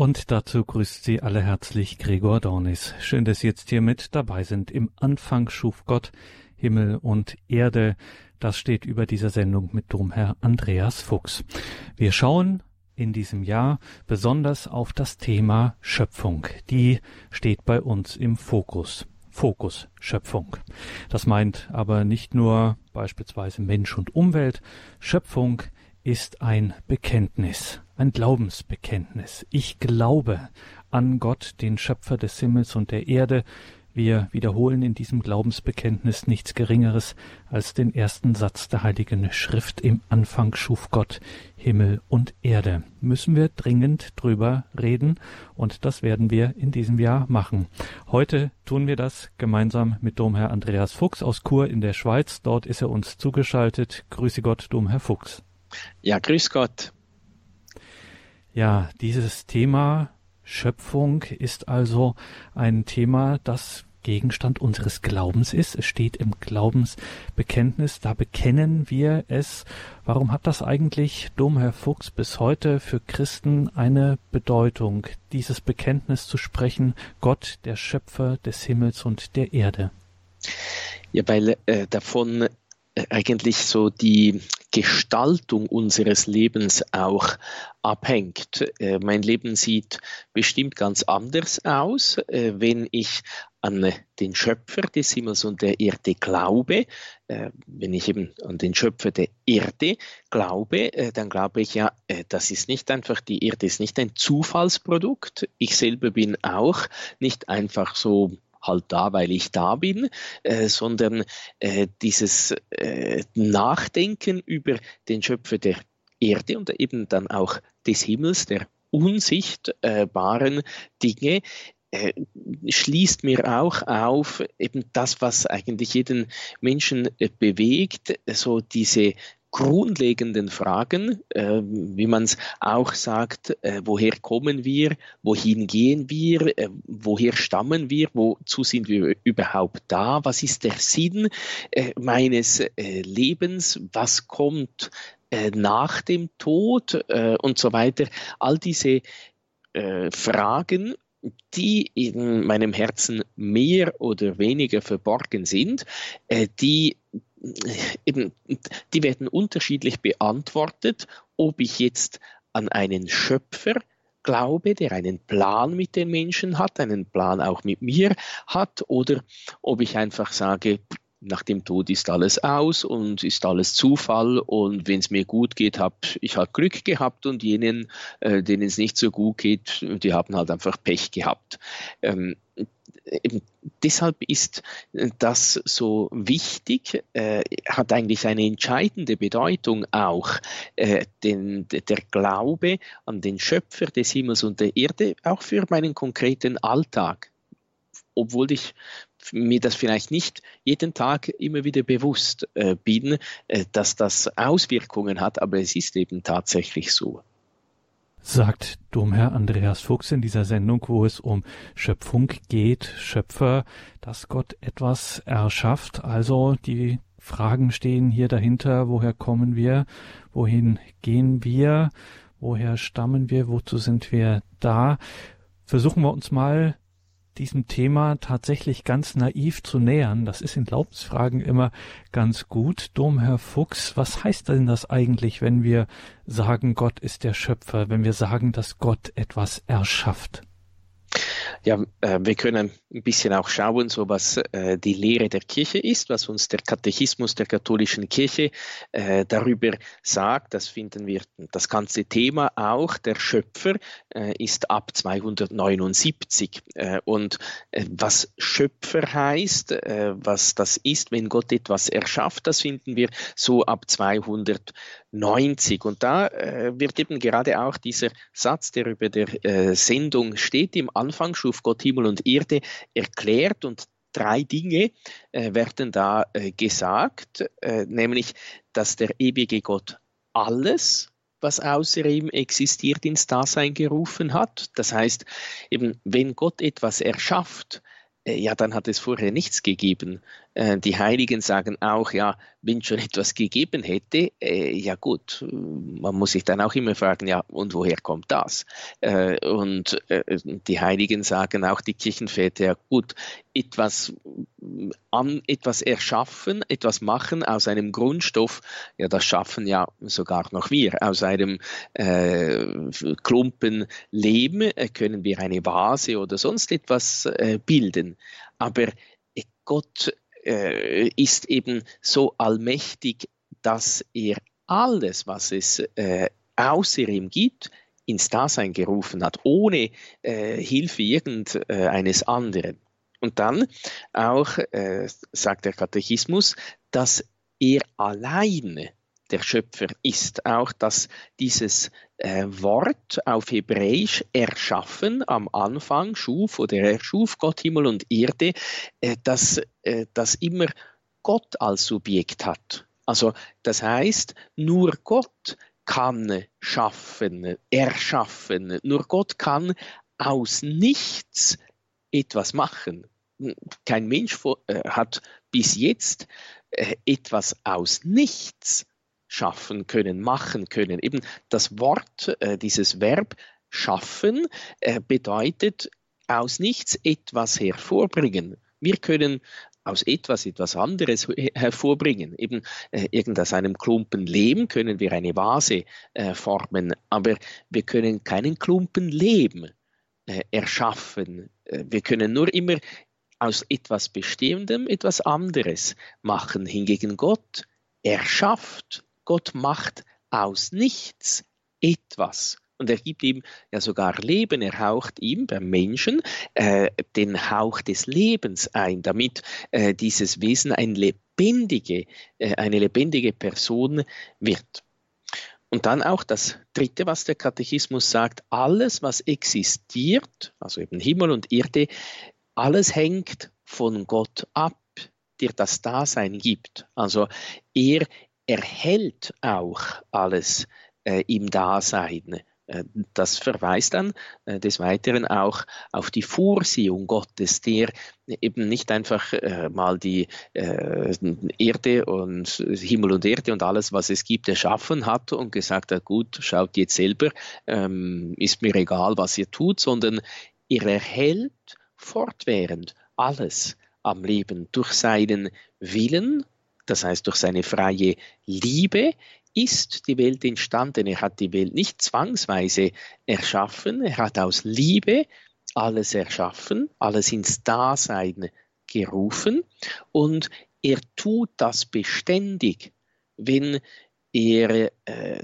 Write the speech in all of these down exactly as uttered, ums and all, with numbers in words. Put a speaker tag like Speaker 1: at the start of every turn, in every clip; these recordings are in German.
Speaker 1: Und dazu grüßt Sie alle herzlich Gregor Dornis. Schön, dass Sie jetzt hier mit dabei sind. Im Anfang schuf Gott Himmel und Erde. Das steht über dieser Sendung mit Domherr Andreas Fuchs. Wir schauen in diesem Jahr besonders auf das Thema Schöpfung. Die steht bei uns im Fokus. Fokus Schöpfung. Das meint aber nicht nur beispielsweise Mensch und Umwelt. Schöpfung ist ein Bekenntnis, ein Glaubensbekenntnis. Ich glaube an Gott, den Schöpfer des Himmels und der Erde. Wir wiederholen in diesem Glaubensbekenntnis nichts Geringeres als den ersten Satz der Heiligen Schrift. Im Anfang schuf Gott Himmel und Erde. Müssen wir dringend drüber reden und das werden wir in diesem Jahr machen. Heute tun wir das gemeinsam mit Domherr Andreas Fuchs aus Chur in der Schweiz. Dort ist er uns zugeschaltet. Grüße Gott, Domherr Fuchs.
Speaker 2: Ja, grüß Gott.
Speaker 1: Ja, dieses Thema Schöpfung ist also ein Thema, das Gegenstand unseres Glaubens ist. Es steht im Glaubensbekenntnis, da bekennen wir es. Warum hat das eigentlich, Domherr Fuchs, bis heute für Christen eine Bedeutung, dieses Bekenntnis zu sprechen, Gott, der Schöpfer des Himmels und der Erde?
Speaker 2: Ja, weil äh, davon eigentlich so die Gestaltung unseres Lebens auch abhängt. Äh, mein Leben sieht bestimmt ganz anders aus, äh, wenn ich an den Schöpfer des Himmels und der Erde glaube. Äh, wenn ich eben an den Schöpfer der Erde glaube, äh, dann glaube ich ja, äh, das ist nicht einfach, die Erde ist nicht ein Zufallsprodukt. Ich selber bin auch nicht einfach so halt da, weil ich da bin, äh, sondern äh, dieses äh, Nachdenken über den Schöpfer der Erde und eben dann auch des Himmels, der unsichtbaren Dinge, äh, schließt mir auch auf, eben das, was eigentlich jeden Menschen äh, bewegt, so diese grundlegenden Fragen, äh, wie man es auch sagt, äh, woher kommen wir, wohin gehen wir, äh, woher stammen wir, wozu sind wir überhaupt da, was ist der Sinn äh, meines äh, Lebens, was kommt äh, nach dem Tod äh, und so weiter. All diese äh, Fragen, die in meinem Herzen mehr oder weniger verborgen sind, äh, die Eben, die werden unterschiedlich beantwortet, ob ich jetzt an einen Schöpfer glaube, der einen Plan mit den Menschen hat, einen Plan auch mit mir hat, oder ob ich einfach sage, nach dem Tod ist alles aus und ist alles Zufall und wenn es mir gut geht, habe ich halt Glück gehabt und jenen, äh, denen es nicht so gut geht, die haben halt einfach Pech gehabt. Ähm, Eben deshalb ist das so wichtig, äh, hat eigentlich eine entscheidende Bedeutung auch, äh, den, der Glaube an den Schöpfer des Himmels und der Erde, auch für meinen konkreten Alltag. Obwohl ich mir das vielleicht nicht jeden Tag immer wieder bewusst äh, bin, äh, dass das Auswirkungen hat, aber es ist eben tatsächlich so.
Speaker 1: Sagt Domherr Andreas Fuchs in dieser Sendung, wo es um Schöpfung geht, Schöpfer, dass Gott etwas erschafft. Also die Fragen stehen hier dahinter, woher kommen wir, wohin gehen wir, woher stammen wir, wozu sind wir da? Versuchen wir uns mal diesem Thema tatsächlich ganz naiv zu nähern. Das ist in Glaubensfragen immer ganz gut. Domherr Fuchs, was heißt denn das eigentlich, wenn wir sagen, Gott ist der Schöpfer, wenn wir sagen, dass Gott etwas erschafft?
Speaker 2: Ja, äh, wir können ein bisschen auch schauen, so was äh, die Lehre der Kirche ist, was uns der Katechismus der katholischen Kirche äh, darüber sagt. Das finden wir, das ganze Thema auch, der Schöpfer äh, ist ab zweihundertneunundsiebzig. Äh, und äh, was Schöpfer heißt, äh, was das ist, wenn Gott etwas erschafft, das finden wir so ab zweihundertneunzig. Und da äh, wird eben gerade auch dieser Satz, der über der äh, Sendung steht, im Anfang schuf Gott Himmel und Erde, erklärt und drei Dinge äh, werden da äh, gesagt, äh, nämlich, dass der ewige Gott alles, was außer ihm existiert, ins Dasein gerufen hat. Das heißt, eben, wenn Gott etwas erschafft, äh, ja, dann hat es vorher nichts gegeben. Äh, die Heiligen sagen auch, ja, wenn schon etwas gegeben hätte, äh, ja gut, man muss sich dann auch immer fragen, ja, und woher kommt das? Äh, und äh, die Heiligen sagen auch, die Kirchenväter, ja gut, etwas an, etwas erschaffen, etwas machen aus einem Grundstoff, ja, das schaffen ja sogar noch wir. Aus einem äh, Klumpen Lehm äh, können wir eine Vase oder sonst etwas äh, bilden. Aber äh, Gott äh, ist eben so allmächtig, dass er alles, was es äh, außer ihm gibt, ins Dasein gerufen hat, ohne äh, Hilfe irgendeines äh, anderen. Und dann auch, äh, sagt der Katechismus, dass er alleine der Schöpfer ist. Auch, dass dieses äh, Wort auf Hebräisch erschaffen am Anfang schuf oder erschuf Gott Himmel und Erde, äh, dass äh, das immer Gott als Subjekt hat. Also das heißt, nur Gott kann schaffen, erschaffen. Nur Gott kann aus nichts etwas machen. Kein Mensch äh, hat bis jetzt äh, etwas aus nichts schaffen können, machen können. Eben das Wort, äh, dieses Verb schaffen, äh, bedeutet aus nichts etwas hervorbringen. Wir können aus etwas etwas anderes hervorbringen. Eben äh, irgend aus einem Klumpen Lehm können wir eine Vase äh, formen, aber wir können keinen Klumpen Lehm äh, erschaffen. Äh, wir können nur immer aus etwas Bestehendem etwas anderes machen. Hingegen Gott erschafft, Gott macht aus nichts etwas. Und er gibt ihm ja sogar Leben, er haucht ihm beim Menschen äh, den Hauch des Lebens ein, damit äh, dieses Wesen ein lebendige, äh, eine lebendige Person wird. Und dann auch das Dritte, was der Katechismus sagt, alles, was existiert, also eben Himmel und Erde, alles hängt von Gott ab, der das Dasein gibt. Also er erhält auch alles äh, im Dasein. Äh, das verweist dann äh, des Weiteren auch auf die Vorsehung Gottes, der eben nicht einfach äh, mal die äh, Erde und Himmel und Erde und alles, was es gibt, erschaffen hat und gesagt hat, gut, schaut jetzt selber, ähm, ist mir egal, was ihr tut, sondern er erhält fortwährend alles am Leben durch seinen Willen, das heißt durch seine freie Liebe, ist die Welt entstanden. Er hat die Welt nicht zwangsweise erschaffen, er hat aus Liebe alles erschaffen, alles ins Dasein gerufen und er tut das beständig. Wenn er äh,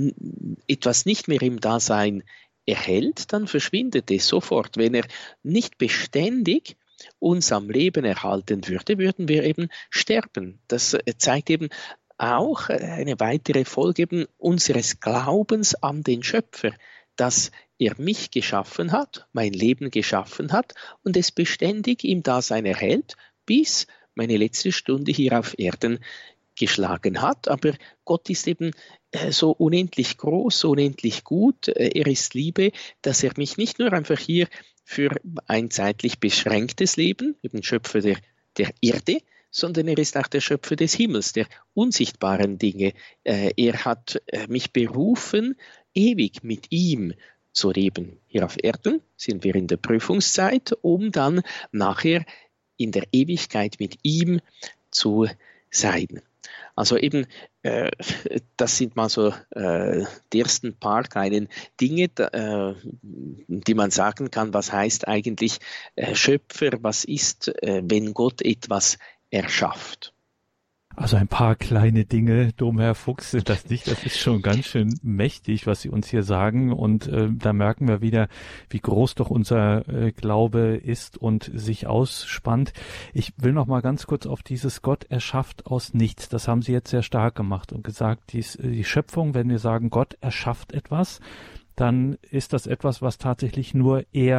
Speaker 2: etwas nicht mehr im Dasein erhält, dann verschwindet es sofort. Wenn er nicht beständig uns am Leben erhalten würde, würden wir eben sterben. Das zeigt eben auch eine weitere Folge eben unseres Glaubens an den Schöpfer, dass er mich geschaffen hat, mein Leben geschaffen hat und es beständig im Dasein erhält, bis meine letzte Stunde hier auf Erden geschlagen hat. Aber Gott ist eben so unendlich groß, so unendlich gut, er ist Liebe, dass er mich nicht nur einfach hier für ein zeitlich beschränktes Leben, eben Schöpfer der, der Erde, sondern er ist auch der Schöpfer des Himmels, der unsichtbaren Dinge. Er hat mich berufen, ewig mit ihm zu leben. Hier auf Erden sind wir in der Prüfungszeit, um dann nachher in der Ewigkeit mit ihm zu sein. Also eben, äh, das sind mal so äh, die ersten paar kleinen Dinge, äh, die man sagen kann, was heißt eigentlich äh, Schöpfer, was ist, äh, wenn Gott etwas erschafft.
Speaker 1: Also ein paar kleine Dinge, Domherr Fuchs, sind das nicht? Das ist schon ganz schön mächtig, was Sie uns hier sagen. Und äh, da merken wir wieder, wie groß doch unser äh, Glaube ist und sich ausspannt. Ich will noch mal ganz kurz auf dieses Gott erschafft aus nichts. Das haben Sie jetzt sehr stark gemacht und gesagt, dies, die Schöpfung, wenn wir sagen, Gott erschafft etwas, dann ist das etwas, was tatsächlich nur er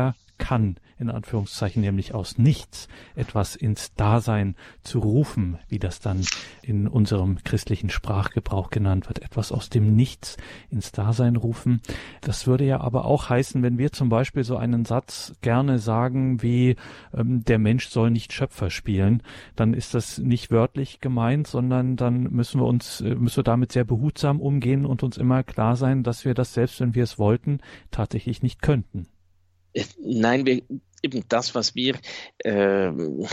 Speaker 1: kann, in Anführungszeichen, nämlich aus nichts etwas ins Dasein zu rufen, wie das dann in unserem christlichen Sprachgebrauch genannt wird, etwas aus dem Nichts ins Dasein rufen. Das würde ja aber auch heißen, wenn wir zum Beispiel so einen Satz gerne sagen wie ähm, der Mensch soll nicht Schöpfer spielen, dann ist das nicht wörtlich gemeint, sondern dann müssen wir uns, müssen wir damit sehr behutsam umgehen und uns immer klar sein, dass wir das, selbst wenn wir es wollten, tatsächlich nicht könnten.
Speaker 2: Nein, wir, eben das, was wir äh,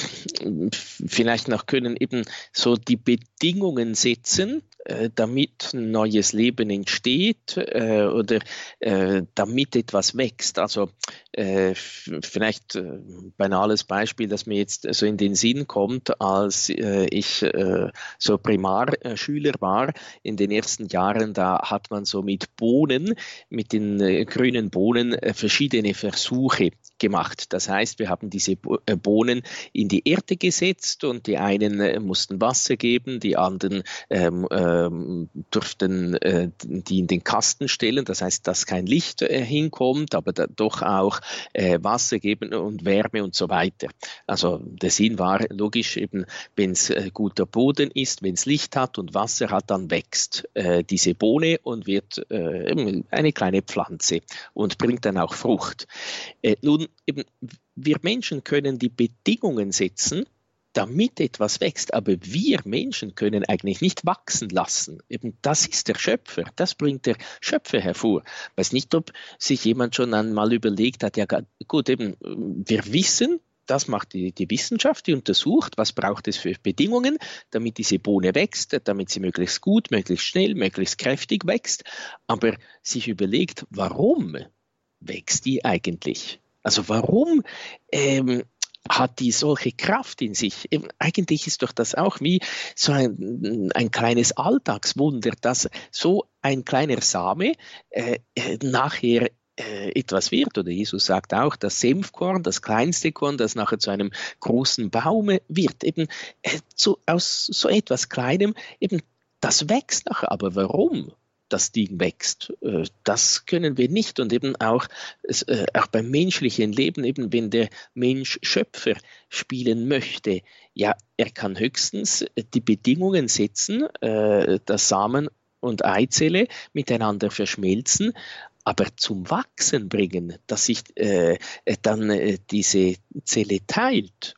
Speaker 2: vielleicht noch können, eben so die Bedingungen setzen, äh, damit ein neues Leben entsteht äh, oder äh, damit etwas wächst. Also äh, vielleicht ein äh, banales Beispiel, das mir jetzt so in den Sinn kommt, als äh, ich äh, so Primarschüler war in den ersten Jahren, da hat man so mit Bohnen, mit den äh, grünen Bohnen äh, verschiedene Versuche gemacht. Das heißt, wir haben diese Bohnen in die Erde gesetzt und die einen äh, mussten Wasser geben, die anderen ähm, ähm, durften äh, die in den Kasten stellen, das heißt, dass kein Licht äh, hinkommt, aber da doch auch äh, Wasser geben und Wärme und so weiter. Also der Sinn war logisch, eben wenn es äh, guter Boden ist, wenn es Licht hat und Wasser hat, dann wächst äh, diese Bohne und wird äh, eine kleine Pflanze und bringt dann auch Frucht. Äh, nun, eben, wir Menschen können die Bedingungen setzen, damit etwas wächst, aber wir Menschen können eigentlich nicht wachsen lassen. Eben das ist der Schöpfer, das bringt der Schöpfer hervor. Ich weiß nicht, ob sich jemand schon einmal überlegt hat, ja gut, eben, wir wissen, das macht die, die Wissenschaft, die untersucht, was braucht es für Bedingungen, damit diese Bohne wächst, damit sie möglichst gut, möglichst schnell, möglichst kräftig wächst, aber sich überlegt, warum wächst die eigentlich? Also warum ähm, hat die solche Kraft in sich? Eben, eigentlich ist doch das auch wie so ein, ein kleines Alltagswunder, dass so ein kleiner Same äh, nachher äh, etwas wird. Oder Jesus sagt auch, das Senfkorn, das kleinste Korn, das nachher zu einem großen Baume wird. Eben äh, so, aus so etwas Kleinem, eben das wächst nachher. Aber warum das Ding wächst, das können wir nicht. Und eben auch, auch beim menschlichen Leben, eben wenn der Mensch Schöpfer spielen möchte, ja, er kann höchstens die Bedingungen setzen, dass Samen und Eizelle miteinander verschmelzen, aber zum Wachsen bringen, dass sich äh, dann äh, diese Zelle teilt,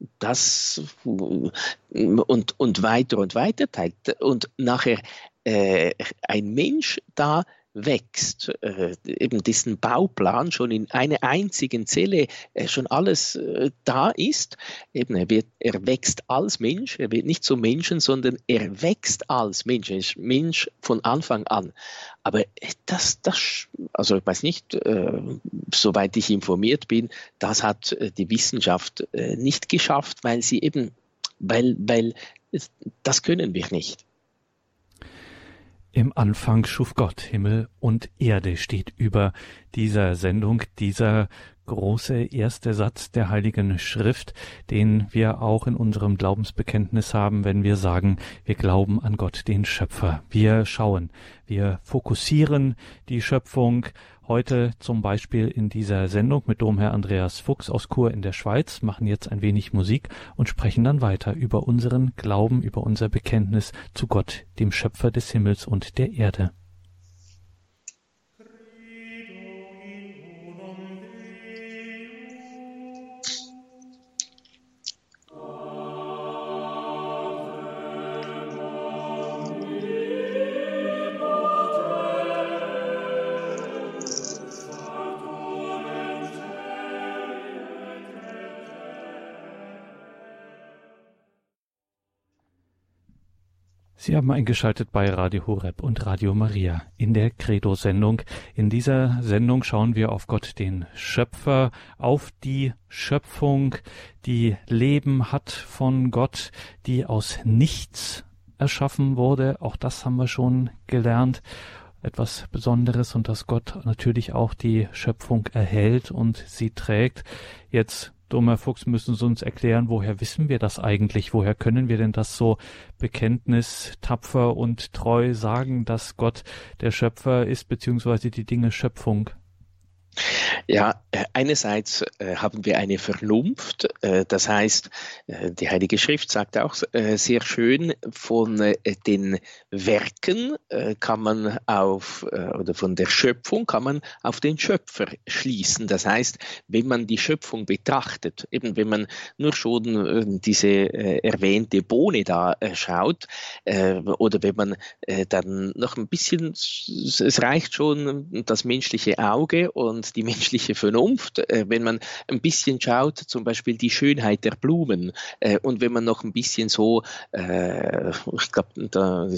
Speaker 2: das und, und weiter und weiter teilt und nachher äh, ein Mensch da wächst, äh, eben diesen Bauplan schon in einer einzigen Zelle äh, schon alles äh, da ist, eben er, wird, er wächst als Mensch, er wird nicht zum Menschen, sondern er wächst als Mensch, er ist Mensch von Anfang an. Aber das, das also ich weiß nicht, äh, soweit ich informiert bin, das hat äh, die Wissenschaft äh, nicht geschafft, weil sie eben, weil, weil das können wir nicht.
Speaker 1: Im Anfang schuf Gott Himmel und Erde, steht über dieser Sendung, dieser große erste Satz der Heiligen Schrift, den wir auch in unserem Glaubensbekenntnis haben, wenn wir sagen, wir glauben an Gott, den Schöpfer. Wir schauen, wir fokussieren die Schöpfung. Heute zum Beispiel in dieser Sendung mit Domherr Andreas Fuchs aus Chur in der Schweiz, machen jetzt ein wenig Musik und sprechen dann weiter über unseren Glauben, über unser Bekenntnis zu Gott, dem Schöpfer des Himmels und der Erde. Sie haben eingeschaltet bei Radio Horeb und Radio Maria in der Credo-Sendung. In dieser Sendung schauen wir auf Gott, den Schöpfer, auf die Schöpfung, die Leben hat von Gott, die aus nichts erschaffen wurde. Auch das haben wir schon gelernt. Etwas Besonderes und dass Gott natürlich auch die Schöpfung erhält und sie trägt. Jetzt, Domherr Fuchs, müssen Sie uns erklären, woher wissen wir das eigentlich? Woher können wir denn das so Bekenntnis tapfer und treu sagen, dass Gott der Schöpfer ist, beziehungsweise die Dinge Schöpfung?
Speaker 2: Ja, einerseits äh, haben wir eine Vernunft, äh, das heißt, äh, die Heilige Schrift sagt auch äh, sehr schön, von äh, den Werken äh, kann man auf, äh, oder von der Schöpfung kann man auf den Schöpfer schließen. Das heißt, wenn man die Schöpfung betrachtet, eben wenn man nur schon äh, diese äh, erwähnte Bohne da äh, schaut, äh, oder wenn man äh, dann noch ein bisschen, es reicht schon das menschliche Auge und die menschliche Vernunft, äh, wenn man ein bisschen schaut, zum Beispiel die Schönheit der Blumen, äh, und wenn man noch ein bisschen so, äh, ich glaube,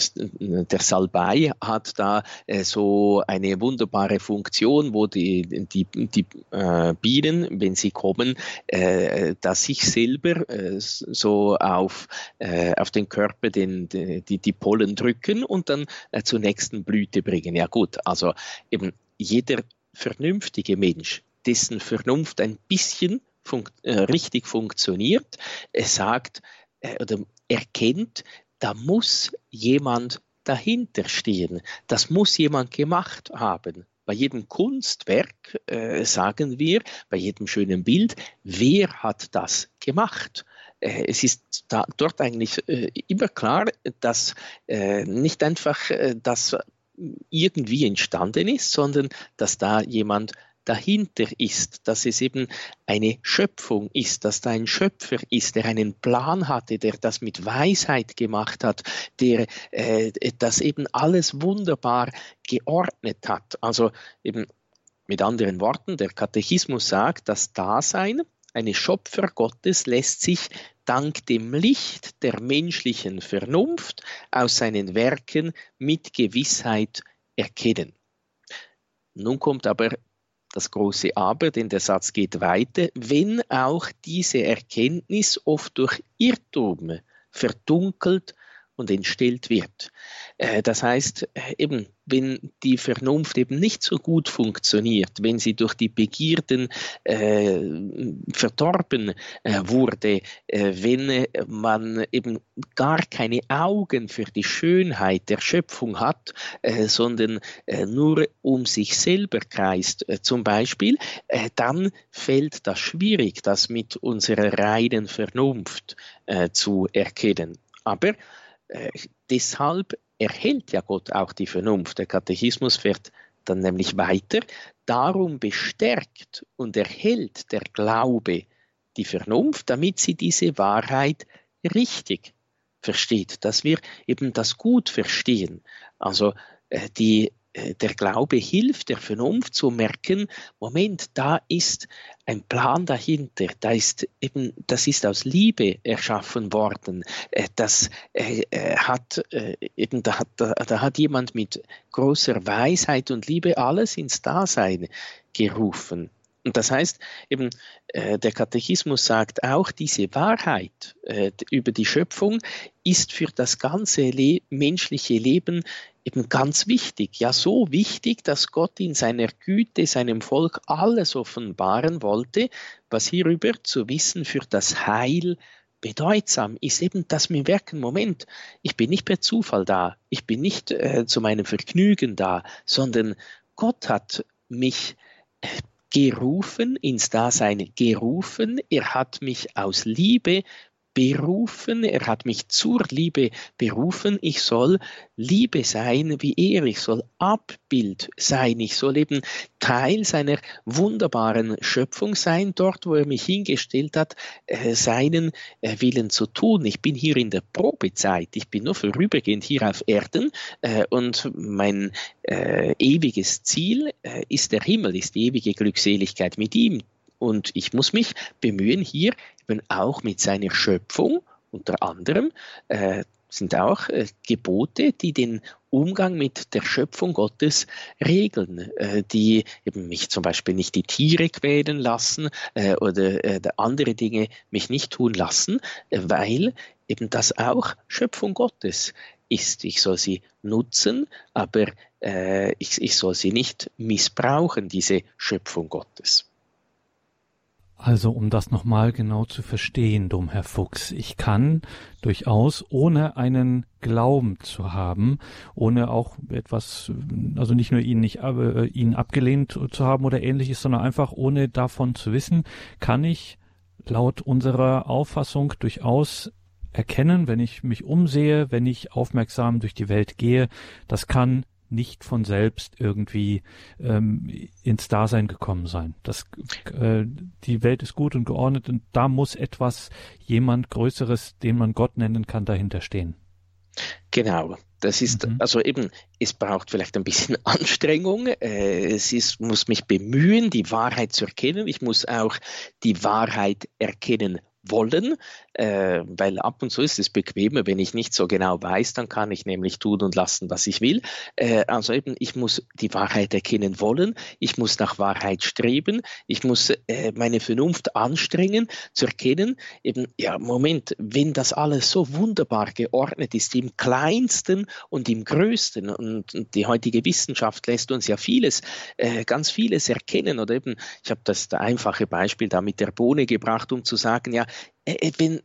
Speaker 2: der Salbei hat da äh, so eine wunderbare Funktion, wo die, die, die äh, Bienen, wenn sie kommen, äh, dass sich selber äh, so auf, äh, auf den Körper den, die, die Pollen drücken und dann äh, zur nächsten Blüte bringen. Ja gut, also eben jeder vernünftige Mensch, dessen Vernunft ein bisschen fun- äh, richtig funktioniert, er sagt äh, oder erkennt, da muss jemand dahinter stehen. Das muss jemand gemacht haben. Bei jedem Kunstwerk äh, sagen wir, bei jedem schönen Bild, wer hat das gemacht? Äh, es ist da, dort eigentlich äh, immer klar, dass äh, nicht einfach äh, das irgendwie entstanden ist, sondern dass da jemand dahinter ist, dass es eben eine Schöpfung ist, dass da ein Schöpfer ist, der einen Plan hatte, der das mit Weisheit gemacht hat, der äh, das eben alles wunderbar geordnet hat. Also eben mit anderen Worten, der Katechismus sagt, das Dasein eines Schöpfer Gottes lässt sich dank dem Licht der menschlichen Vernunft aus seinen Werken mit Gewissheit erkennen. Nun kommt aber das große Aber, denn der Satz geht weiter, wenn auch diese Erkenntnis oft durch Irrtum verdunkelt und entstellt wird. Das heißt, eben, wenn die Vernunft eben nicht so gut funktioniert, wenn sie durch die Begierden äh, verdorben äh, wurde, äh, wenn man eben gar keine Augen für die Schönheit der Schöpfung hat, äh, sondern äh, nur um sich selber kreist, äh, zum Beispiel, äh, dann fällt das schwierig, das mit unserer reinen Vernunft äh, zu erkennen. Aber Äh, deshalb erhält ja Gott auch die Vernunft. Der Katechismus fährt dann nämlich weiter. Darum bestärkt und erhält der Glaube die Vernunft, damit sie diese Wahrheit richtig versteht, dass wir eben das gut verstehen. Also äh, die der Glaube hilft der Vernunft zu merken, Moment, da ist ein Plan dahinter, da ist eben, das ist aus Liebe erschaffen worden, das äh, hat äh, eben, da hat, da, da hat jemand mit großer Weisheit und Liebe alles ins Dasein gerufen. Und das heißt, eben, äh, der Katechismus sagt auch, diese Wahrheit äh, über die Schöpfung ist für das ganze le- menschliche Leben eben ganz wichtig. Ja, so wichtig, dass Gott in seiner Güte seinem Volk alles offenbaren wollte, was hierüber zu wissen für das Heil bedeutsam ist. Eben, dass wir merken, Moment, ich bin nicht per Zufall da, ich bin nicht äh, zu meinem Vergnügen da, sondern Gott hat mich äh, gerufen, ins Dasein gerufen, er hat mich aus Liebe berufen, er hat mich zur Liebe berufen, ich soll Liebe sein wie er, ich soll Abbild sein, ich soll eben Teil seiner wunderbaren Schöpfung sein, dort wo er mich hingestellt hat, äh, seinen äh, Willen zu tun. Ich bin hier in der Probezeit, ich bin nur vorübergehend hier auf Erden äh, und mein äh, ewiges Ziel äh, ist der Himmel, ist die ewige Glückseligkeit mit ihm. Und ich muss mich bemühen, hier eben auch mit seiner Schöpfung, unter anderem, äh, sind auch äh, Gebote, die den Umgang mit der Schöpfung Gottes regeln, äh, die eben mich zum Beispiel nicht die Tiere quälen lassen äh, oder äh, andere Dinge mich nicht tun lassen, äh, weil eben das auch Schöpfung Gottes ist. Ich soll sie nutzen, aber äh, ich, ich soll sie nicht missbrauchen, diese Schöpfung Gottes.
Speaker 1: Also um das nochmal genau zu verstehen, Domherr Fuchs, ich kann durchaus, ohne einen Glauben zu haben, ohne auch etwas, also nicht nur ihn nicht äh, ihn abgelehnt zu haben oder ähnliches, sondern einfach ohne davon zu wissen, kann ich laut unserer Auffassung durchaus erkennen, wenn ich mich umsehe, wenn ich aufmerksam durch die Welt gehe, das kann nicht von selbst irgendwie ähm, ins Dasein gekommen sein. Das, äh, die Welt ist gut und geordnet und da muss etwas, jemand Größeres, den man Gott nennen kann, dahinter stehen.
Speaker 2: Genau, das ist, mhm. also eben, es braucht vielleicht ein bisschen Anstrengung, äh, es ist, muss mich bemühen, die Wahrheit zu erkennen, ich muss auch die Wahrheit erkennen wollen, äh, weil ab und zu ist es bequemer, wenn ich nicht so genau weiß, dann kann ich nämlich tun und lassen, was ich will. Äh, also eben, ich muss die Wahrheit erkennen wollen, ich muss nach Wahrheit streben, ich muss äh, meine Vernunft anstrengen, zu erkennen, eben, ja, Moment, wenn das alles so wunderbar geordnet ist, im Kleinsten und im Größten, und, und die heutige Wissenschaft lässt uns ja vieles, äh, ganz vieles erkennen, oder eben, ich habe das, das einfache Beispiel da mit der Bohne gebracht, um zu sagen, ja, Wenn,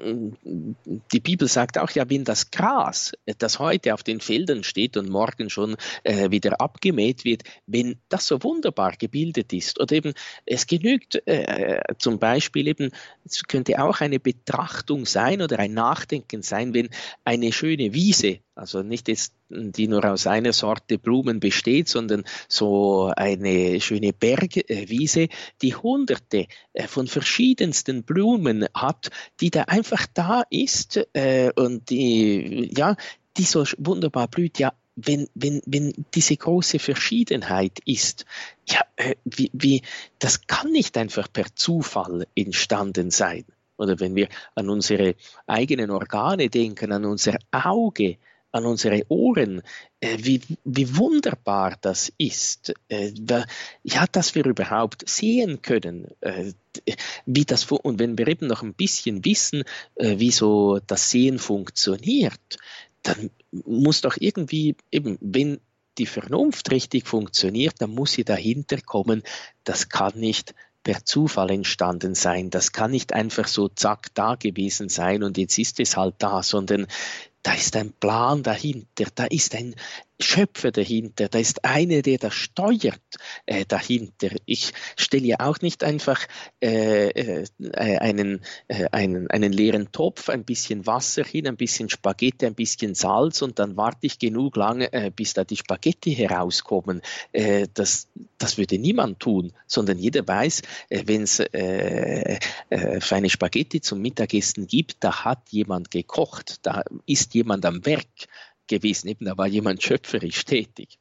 Speaker 2: die Bibel sagt auch, ja, wenn das Gras, das heute auf den Feldern steht und morgen schon äh, wieder abgemäht wird, wenn das so wunderbar gebildet ist, oder eben es genügt äh, zum Beispiel eben, es könnte auch eine Betrachtung sein oder ein Nachdenken sein, wenn eine schöne Wiese, also nicht jetzt, die nur aus einer Sorte Blumen besteht, sondern so eine schöne Bergwiese, die hunderte von verschiedensten Blumen hat, die da einfach da ist äh, und die, ja, die so wunderbar blüht, ja, wenn, wenn, wenn diese große Verschiedenheit ist, ja, äh, wie, wie, das kann nicht einfach per Zufall entstanden sein. Oder wenn wir an unsere eigenen Organe denken, an unser Auge, an unsere Ohren, äh, wie, wie wunderbar das ist, äh, ja, dass wir überhaupt sehen können, äh, wie das, und wenn wir eben noch ein bisschen wissen, äh, wie so das Sehen funktioniert, dann muss doch irgendwie eben, wenn die Vernunft richtig funktioniert, dann muss sie dahinter kommen, das kann nicht per Zufall entstanden sein, das kann nicht einfach so zack da gewesen sein und jetzt ist es halt da, sondern da ist ein Plan dahinter, da ist ein Schöpfer dahinter, da ist einer, der das steuert äh, dahinter. Ich stelle ja auch nicht einfach äh, äh, einen, äh, einen, einen leeren Topf, ein bisschen Wasser hin, ein bisschen Spaghetti, ein bisschen Salz und dann warte ich genug lange, äh, bis da die Spaghetti herauskommen. Äh, das, das würde niemand tun, sondern jeder weiß, äh, wenn es äh, äh, für eine Spaghetti zum Mittagessen gibt, da hat jemand gekocht, da ist jemand am Werk gewesen, eben, da war jemand schöpferisch tätig.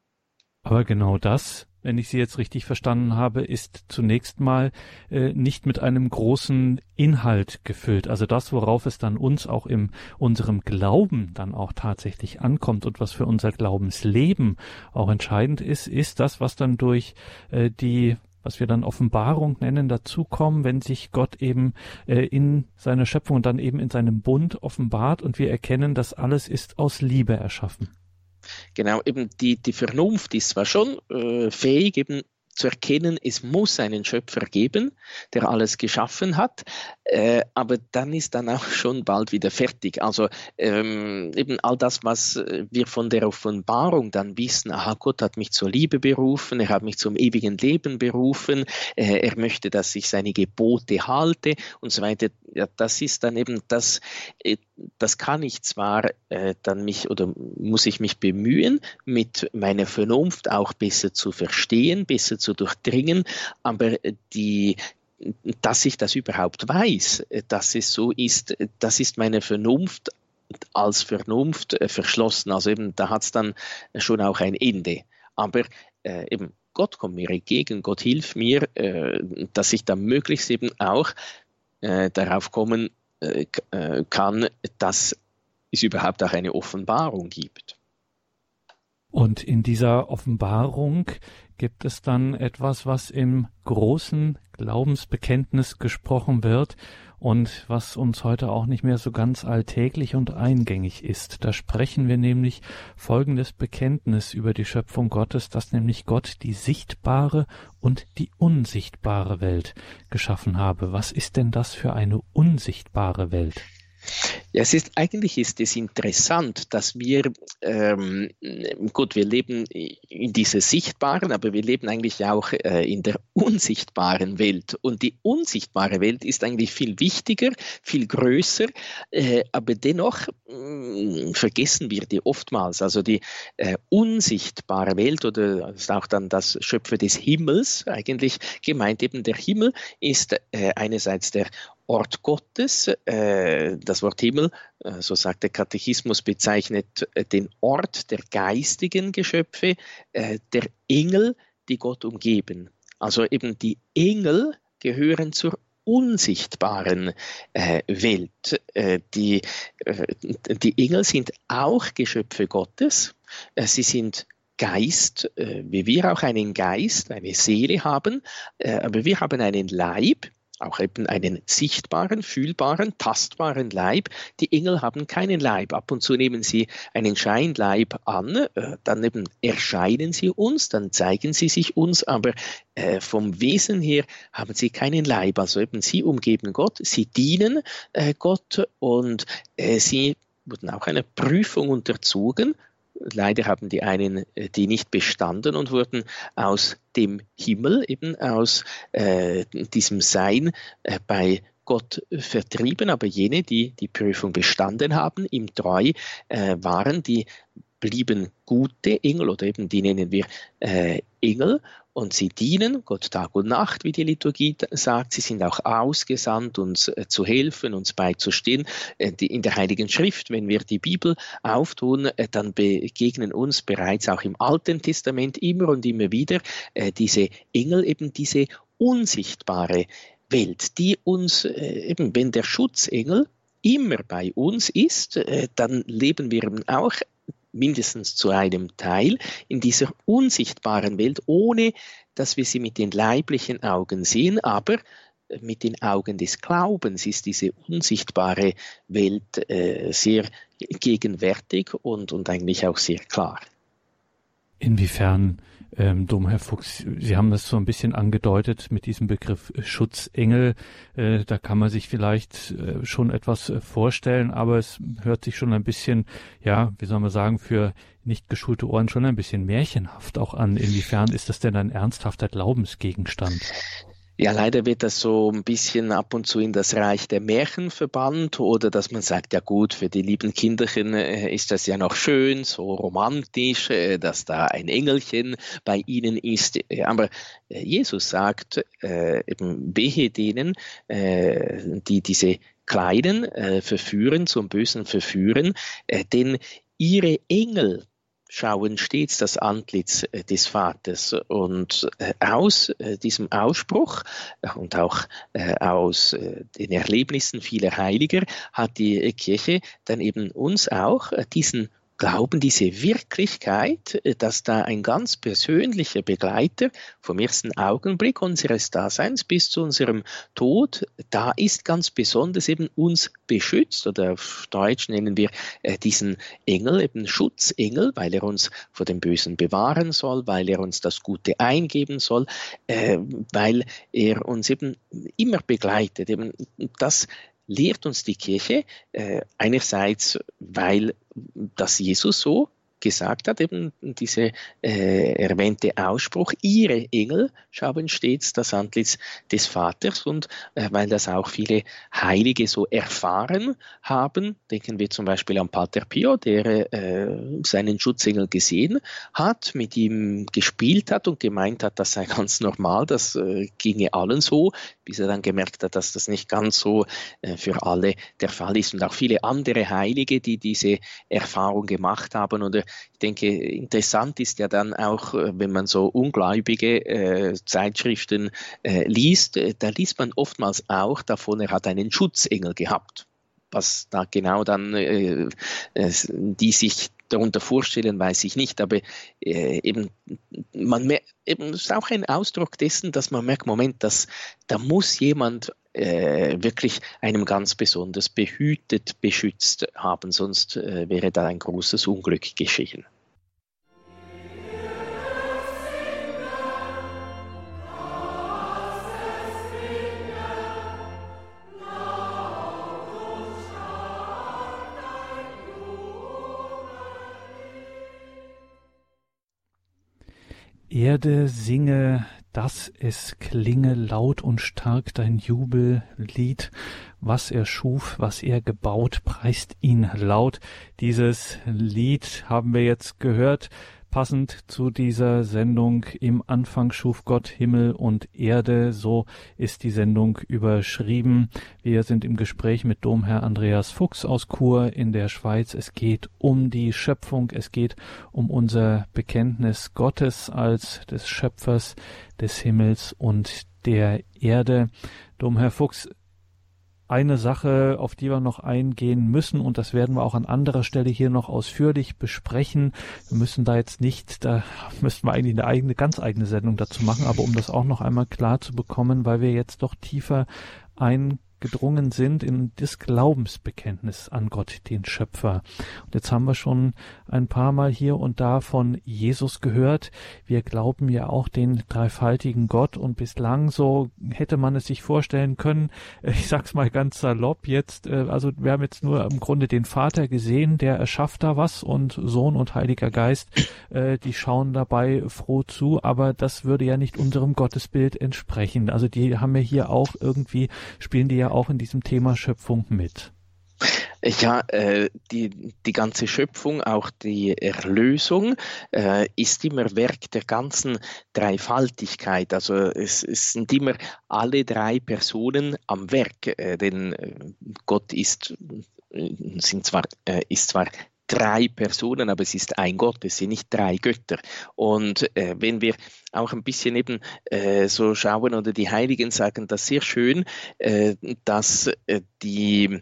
Speaker 1: Aber genau das, wenn ich Sie jetzt richtig verstanden habe, ist zunächst mal äh, nicht mit einem großen Inhalt gefüllt. Also das, worauf es dann uns auch in unserem Glauben dann auch tatsächlich ankommt und was für unser Glaubensleben auch entscheidend ist, ist das, was dann durch äh, die was wir dann Offenbarung nennen, dazukommen, wenn sich Gott eben äh, in seiner Schöpfung und dann eben in seinem Bund offenbart und wir erkennen, dass alles ist aus Liebe erschaffen.
Speaker 2: Genau, eben die, die Vernunft ist zwar schon äh, fähig, eben zu erkennen, es muss einen Schöpfer geben, der alles geschaffen hat, äh, aber dann ist dann auch schon bald wieder fertig. Also ähm, eben all das, was wir von der Offenbarung dann wissen, aha, Gott hat mich zur Liebe berufen, er hat mich zum ewigen Leben berufen, äh, er möchte, dass ich seine Gebote halte und so weiter. Ja, das ist dann eben das, äh, das kann ich zwar äh, dann mich oder muss ich mich bemühen, mit meiner Vernunft auch besser zu verstehen, besser zu durchdringen, aber die, dass ich das überhaupt weiß, dass es so ist, das ist meine Vernunft als Vernunft verschlossen. Also eben, da hat es dann schon auch ein Ende. Aber äh, eben, Gott kommt mir entgegen, Gott hilft mir, äh, dass ich dann möglichst eben auch äh, darauf kommen äh, kann, dass es überhaupt auch eine Offenbarung gibt.
Speaker 1: Und in dieser Offenbarung gibt es dann etwas, was im großen Glaubensbekenntnis gesprochen wird und was uns heute auch nicht mehr so ganz alltäglich und eingängig ist. Da sprechen wir nämlich folgendes Bekenntnis über die Schöpfung Gottes, dass nämlich Gott die sichtbare und die unsichtbare Welt geschaffen habe. Was ist denn das für eine unsichtbare Welt?
Speaker 2: Ja, es ist, eigentlich ist es interessant, dass wir, ähm, gut, wir leben in dieser sichtbaren, aber wir leben eigentlich auch äh, in der unsichtbaren Welt. Und die unsichtbare Welt ist eigentlich viel wichtiger, viel größer, äh, aber dennoch mh, vergessen wir die oftmals. Also die äh, unsichtbare Welt, oder das ist auch dann das Schöpfer des Himmels eigentlich gemeint, eben der Himmel ist äh, einerseits der Ort Gottes, äh, das Wort Himmel, äh, so sagt der Katechismus, bezeichnet äh, den Ort der geistigen Geschöpfe, äh, der Engel, die Gott umgeben. Also eben die Engel gehören zur unsichtbaren äh, Welt. Äh, die, äh, die Engel sind auch Geschöpfe Gottes, äh, sie sind Geist, äh, wie wir auch einen Geist, eine Seele haben, äh, aber wir haben einen Leib, auch eben einen sichtbaren, fühlbaren, tastbaren Leib. Die Engel haben keinen Leib. Ab und zu nehmen sie einen Scheinleib an, äh, dann eben erscheinen sie uns, dann zeigen sie sich uns, aber äh, vom Wesen her haben sie keinen Leib. Also eben sie umgeben Gott, sie dienen äh, Gott und äh, sie wurden auch einer Prüfung unterzogen. Leider haben die einen die nicht bestanden und wurden aus dem Himmel, eben aus äh, diesem Sein äh, bei Gott vertrieben. Aber jene, die die Prüfung bestanden haben, ihm treu äh, waren, die blieben gute Engel oder eben die nennen wir äh, Engel. Und sie dienen Gott Tag und Nacht, wie die Liturgie sagt. Sie sind auch ausgesandt, uns äh, zu helfen, uns beizustehen. Äh, die, in der Heiligen Schrift, wenn wir die Bibel auftun, äh, dann begegnen uns bereits auch im Alten Testament immer und immer wieder äh, diese Engel, eben diese unsichtbare Welt, die uns, äh, eben wenn der Schutzengel immer bei uns ist, äh, dann leben wir eben auch mindestens zu einem Teil in dieser unsichtbaren Welt, ohne dass wir sie mit den leiblichen Augen sehen, aber mit den Augen des Glaubens ist diese unsichtbare Welt äh, sehr gegenwärtig und, und eigentlich auch sehr klar.
Speaker 1: Inwiefern, ähm, Domherr Fuchs, Sie haben das so ein bisschen angedeutet mit diesem Begriff Schutzengel. Äh, da kann man sich vielleicht äh, schon etwas äh, vorstellen, aber es hört sich schon ein bisschen, ja, wie soll man sagen, für nicht geschulte Ohren schon ein bisschen märchenhaft auch an. Inwiefern ist das denn ein ernsthafter Glaubensgegenstand?
Speaker 2: Ja, leider wird das so ein bisschen ab und zu in das Reich der Märchen verbannt oder dass man sagt, ja gut, für die lieben Kinderchen äh, ist das ja noch schön, so romantisch, äh, dass da ein Engelchen bei ihnen ist. Äh, aber äh, Jesus sagt, äh, eben wehe denen, äh, die diese Kleinen äh, verführen, zum Bösen verführen, äh, denn ihre Engel schauen stets das Antlitz des Vaters. Und aus diesem Ausspruch und auch aus den Erlebnissen vieler Heiliger hat die Kirche dann eben uns auch diesen Glauben, diese Wirklichkeit, dass da ein ganz persönlicher Begleiter vom ersten Augenblick unseres Daseins bis zu unserem Tod, da ist ganz besonders eben uns beschützt, oder auf Deutsch nennen wir äh, diesen Engel eben Schutzengel, weil er uns vor dem Bösen bewahren soll, weil er uns das Gute eingeben soll, äh, weil er uns eben immer begleitet. Eben das lehrt uns die Kirche, äh, einerseits, weil das Jesus so gesagt hat, eben diese äh, erwähnte Ausspruch, ihre Engel schauen stets das Antlitz des Vaters, und äh, weil das auch viele Heilige so erfahren haben, denken wir zum Beispiel an Pater Pio, der äh, seinen Schutzengel gesehen hat, mit ihm gespielt hat und gemeint hat, das sei ganz normal, das äh, ginge allen so, bis er dann gemerkt hat, dass das nicht ganz so äh, für alle der Fall ist, und auch viele andere Heilige, die diese Erfahrung gemacht haben. Oder ich denke, interessant ist ja dann auch, wenn man so ungläubige äh, Zeitschriften äh, liest, äh, da liest man oftmals auch davon, er hat einen Schutzengel gehabt. Was da genau dann äh, äh, die sich darunter vorstellen, weiß ich nicht, aber äh, eben, man mer- eben, das ist auch ein Ausdruck dessen, dass man merkt, Moment, dass, da muss jemand äh, wirklich einem ganz besonders behütet, beschützt haben, sonst äh, wäre da ein großes Unglück geschehen.
Speaker 1: Erde, singe, dass es klinge laut und stark dein Jubellied. Was er schuf, was er gebaut, preist ihn laut. Dieses Lied haben wir jetzt gehört, passend zu dieser Sendung. Im Anfang schuf Gott Himmel und Erde. So ist die Sendung überschrieben. Wir sind im Gespräch mit Domherr Andreas Fuchs aus Chur in der Schweiz. Es geht um die Schöpfung. Es geht um unser Bekenntnis Gottes als des Schöpfers des Himmels und der Erde. Domherr Fuchs, eine Sache, auf die wir noch eingehen müssen, und das werden wir auch an anderer Stelle hier noch ausführlich besprechen. Wir müssen da jetzt nicht, da müssten wir eigentlich eine eigene, ganz eigene Sendung dazu machen, aber um das auch noch einmal klar zu bekommen, weil wir jetzt doch tiefer eingedrungen sind in das Glaubensbekenntnis an Gott, den Schöpfer. Und jetzt haben wir schon ein paar Mal hier und da von Jesus gehört. Wir glauben ja auch den dreifaltigen Gott, und bislang, so hätte man es sich vorstellen können, ich sag's mal ganz salopp jetzt, also wir haben jetzt nur im Grunde den Vater gesehen, der erschafft da was, und Sohn und Heiliger Geist, die schauen dabei froh zu, aber das würde ja nicht unserem Gottesbild entsprechen. Also die haben ja hier auch irgendwie, spielen die ja auch in diesem Thema Schöpfung mit.
Speaker 2: Ja, äh, die, die ganze Schöpfung, auch die Erlösung, äh, ist immer Werk der ganzen Dreifaltigkeit. Also es, es sind immer alle drei Personen am Werk, äh, denn Gott ist, sind zwar, äh, ist zwar drei Personen, aber es ist ein Gott, es sind nicht drei Götter. Und äh, wenn wir auch ein bisschen eben äh, so schauen, oder die Heiligen sagen das sehr schön, äh, dass äh, die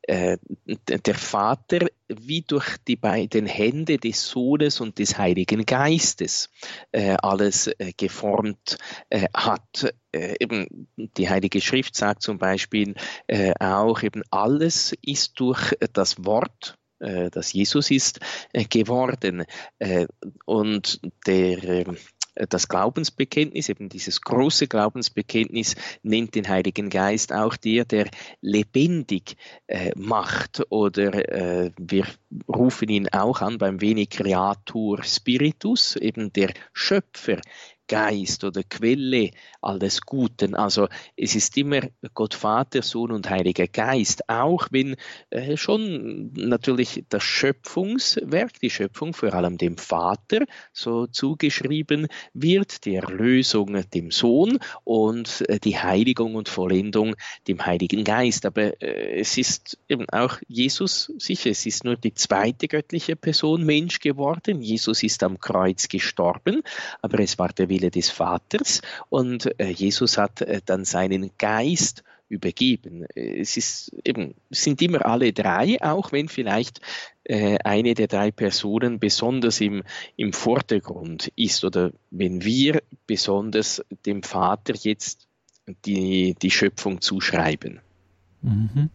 Speaker 2: der Vater wie durch die beiden Hände des Sohnes und des Heiligen Geistes äh, alles äh, geformt äh, hat. Äh, eben die Heilige Schrift sagt zum Beispiel äh, auch, eben alles ist durch das Wort, äh, das Jesus ist, äh, geworden. Äh, und der Das Glaubensbekenntnis, eben dieses große Glaubensbekenntnis, nennt den Heiligen Geist auch der, der lebendig äh, macht. Oder äh, wir rufen ihn auch an beim Veni Creator Spiritus, eben der Schöpfer. Geist oder Quelle alles Guten. Also es ist immer Gott Vater, Sohn und Heiliger Geist, auch wenn äh, schon natürlich das Schöpfungswerk, die Schöpfung vor allem dem Vater so zugeschrieben wird, die Erlösung dem Sohn und äh, die Heiligung und Vollendung dem Heiligen Geist. Aber äh, es ist eben auch Jesus, sicher, es ist nur die zweite göttliche Person Mensch geworden. Jesus ist am Kreuz gestorben, aber es war der Wille des Vaters, und äh, Jesus hat äh, dann seinen Geist übergeben. Es ist eben, sind immer alle drei, auch wenn vielleicht äh, eine der drei Personen besonders im, im Vordergrund ist, oder wenn wir besonders dem Vater jetzt die, die Schöpfung zuschreiben.
Speaker 1: Mhm.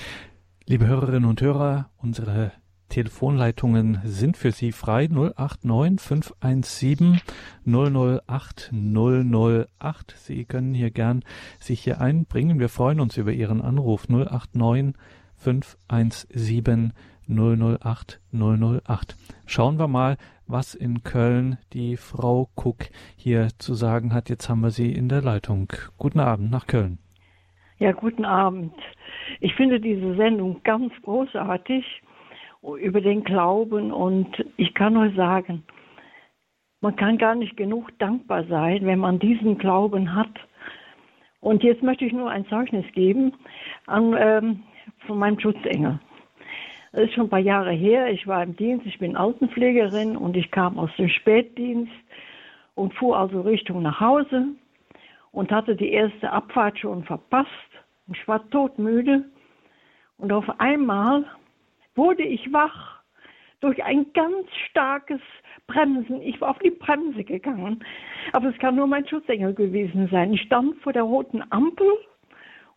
Speaker 1: Liebe Hörerinnen und Hörer, unsere Telefonleitungen sind für Sie frei. null acht neun fünf eins sieben null null acht null null acht. Sie können hier gern sich hier einbringen. Wir freuen uns über Ihren Anruf. null acht neun fünf eins sieben null null acht null null acht. Schauen wir mal, was in Köln die Frau Kuck hier zu sagen hat. Jetzt haben wir sie in der Leitung. Guten Abend nach Köln.
Speaker 3: Ja, guten Abend. Ich finde diese Sendung ganz großartig über den Glauben, und ich kann nur sagen, man kann gar nicht genug dankbar sein, wenn man diesen Glauben hat. Und jetzt möchte ich nur ein Zeugnis geben an, ähm, von meinem Schutzengel. Das ist schon ein paar Jahre her, ich war im Dienst, ich bin Altenpflegerin und ich kam aus dem Spätdienst und fuhr also Richtung nach Hause und hatte die erste Abfahrt schon verpasst. Ich war todmüde und auf einmal wurde ich wach durch ein ganz starkes Bremsen. Ich war auf die Bremse gegangen, aber es kann nur mein Schutzengel gewesen sein. Ich stand vor der roten Ampel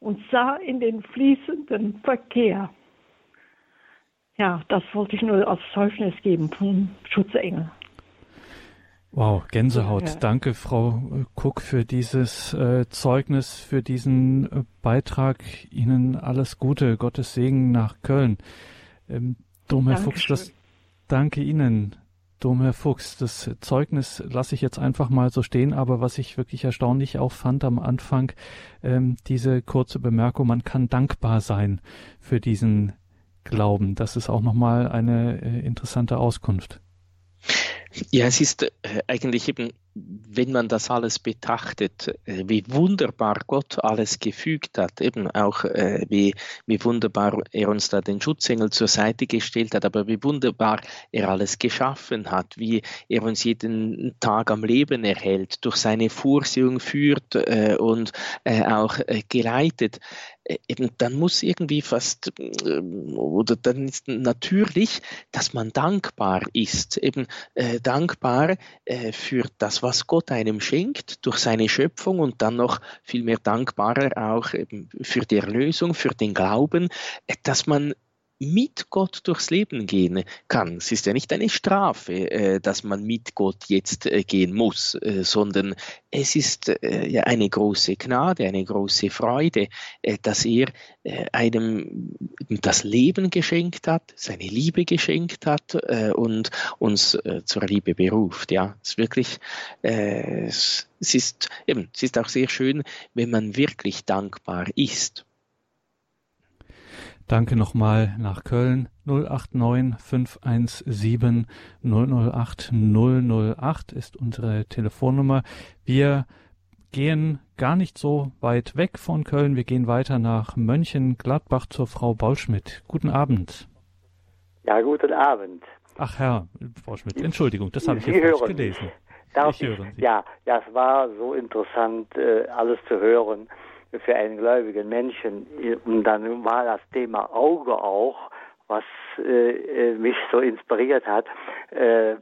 Speaker 3: und sah in den fließenden Verkehr. Ja, das wollte ich nur als Zeugnis geben vom Schutzengel.
Speaker 1: Wow, Gänsehaut.
Speaker 3: Ja.
Speaker 1: Danke, Frau Kuck, für dieses äh, Zeugnis, für diesen äh, Beitrag. Ihnen alles Gute, Gottes Segen nach Köln. Ähm, Domherr Fuchs, das, danke Ihnen, Domherr Fuchs. Das Zeugnis lasse ich jetzt einfach mal so stehen, aber was ich wirklich erstaunlich auch fand am Anfang, ähm, diese kurze Bemerkung, man kann dankbar sein für diesen Glauben. Das ist auch nochmal eine äh, interessante Auskunft.
Speaker 2: Ja, es ist äh, eigentlich eben, wenn man das alles betrachtet, äh, wie wunderbar Gott alles gefügt hat, eben auch äh, wie, wie wunderbar er uns da den Schutzengel zur Seite gestellt hat, aber wie wunderbar er alles geschaffen hat, wie er uns jeden Tag am Leben erhält, durch seine Vorsehung führt äh, und äh, auch äh, geleitet. Eben, dann muss irgendwie fast, oder dann ist natürlich, dass man dankbar ist, eben äh, dankbar äh, für das, was Gott einem schenkt, durch seine Schöpfung und dann noch viel mehr dankbarer auch eben für die Erlösung, für den Glauben, äh, dass man mit Gott durchs Leben gehen kann. Es ist ja nicht eine Strafe, äh, dass man mit Gott jetzt äh, gehen muss, äh, sondern es ist äh, ja eine große Gnade, eine große Freude, äh, dass er äh, einem das Leben geschenkt hat, seine Liebe geschenkt hat äh, und uns äh, zur Liebe beruft. Ja, es ist wirklich, äh, es, es ist eben, es ist auch sehr schön, wenn man wirklich dankbar ist.
Speaker 1: Danke nochmal nach Köln. null acht neun fünf eins sieben null null acht null null acht ist unsere Telefonnummer. Wir gehen gar nicht so weit weg von Köln. Wir gehen weiter nach Mönchengladbach zur Frau Baulschmidt. Guten Abend.
Speaker 4: Ja, guten Abend.
Speaker 1: Ach Herr, Frau Schmidt, Entschuldigung, das habe ich
Speaker 4: Sie
Speaker 1: hier falsch
Speaker 4: hören
Speaker 1: gelesen.
Speaker 4: mich. Darf
Speaker 1: ich höre Sie.
Speaker 4: Ja, ja, es war so interessant, äh, alles zu hören für einen gläubigen Menschen. Und dann war das Thema Auge auch, was äh, mich so inspiriert hat. Äh,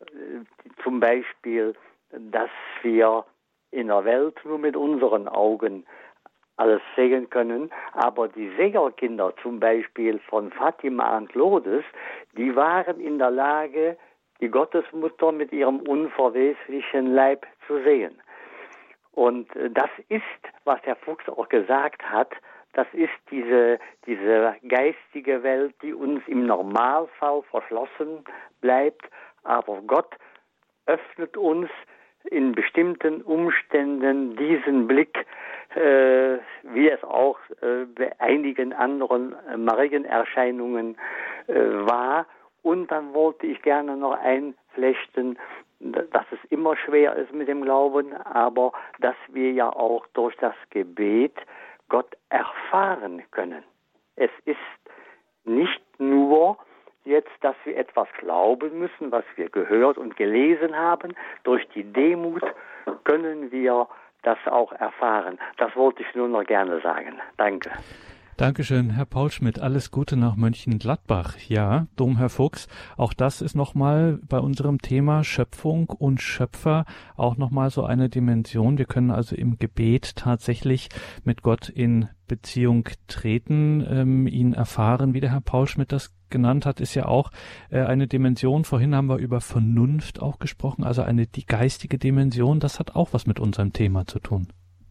Speaker 4: zum Beispiel, dass wir in der Welt nur mit unseren Augen alles sehen können, aber die Seherkinder zum Beispiel von Fatima und Lourdes, die waren in der Lage, die Gottesmutter mit ihrem unverweslichen Leib zu sehen. Und das ist, was Herr Fuchs auch gesagt hat, das ist diese, diese geistige Welt, die uns im Normalfall verschlossen bleibt, aber Gott öffnet uns in bestimmten Umständen diesen Blick, äh, wie es auch äh, bei einigen anderen äh, Marienerscheinungen äh, war. Und dann wollte ich gerne noch einflechten, dass es immer schwer ist mit dem Glauben, aber dass wir ja auch durch das Gebet Gott erfahren können. Es ist nicht nur jetzt, dass wir etwas glauben müssen, was wir gehört und gelesen haben. Durch die Demut können wir das auch erfahren. Das wollte ich nur noch gerne sagen. Danke.
Speaker 1: Dankeschön, Herr Paulschmidt. Alles Gute nach Mönchengladbach. Ja, Domherr Fuchs, auch das ist nochmal bei unserem Thema Schöpfung und Schöpfer auch nochmal so eine Dimension. Wir können also im Gebet tatsächlich mit Gott in Beziehung treten, ähm, ihn erfahren, wie der Herr Paulschmidt das genannt hat, ist ja auch äh, eine Dimension. Vorhin haben wir über Vernunft auch gesprochen, also eine die geistige Dimension. Das hat auch was mit unserem Thema zu tun.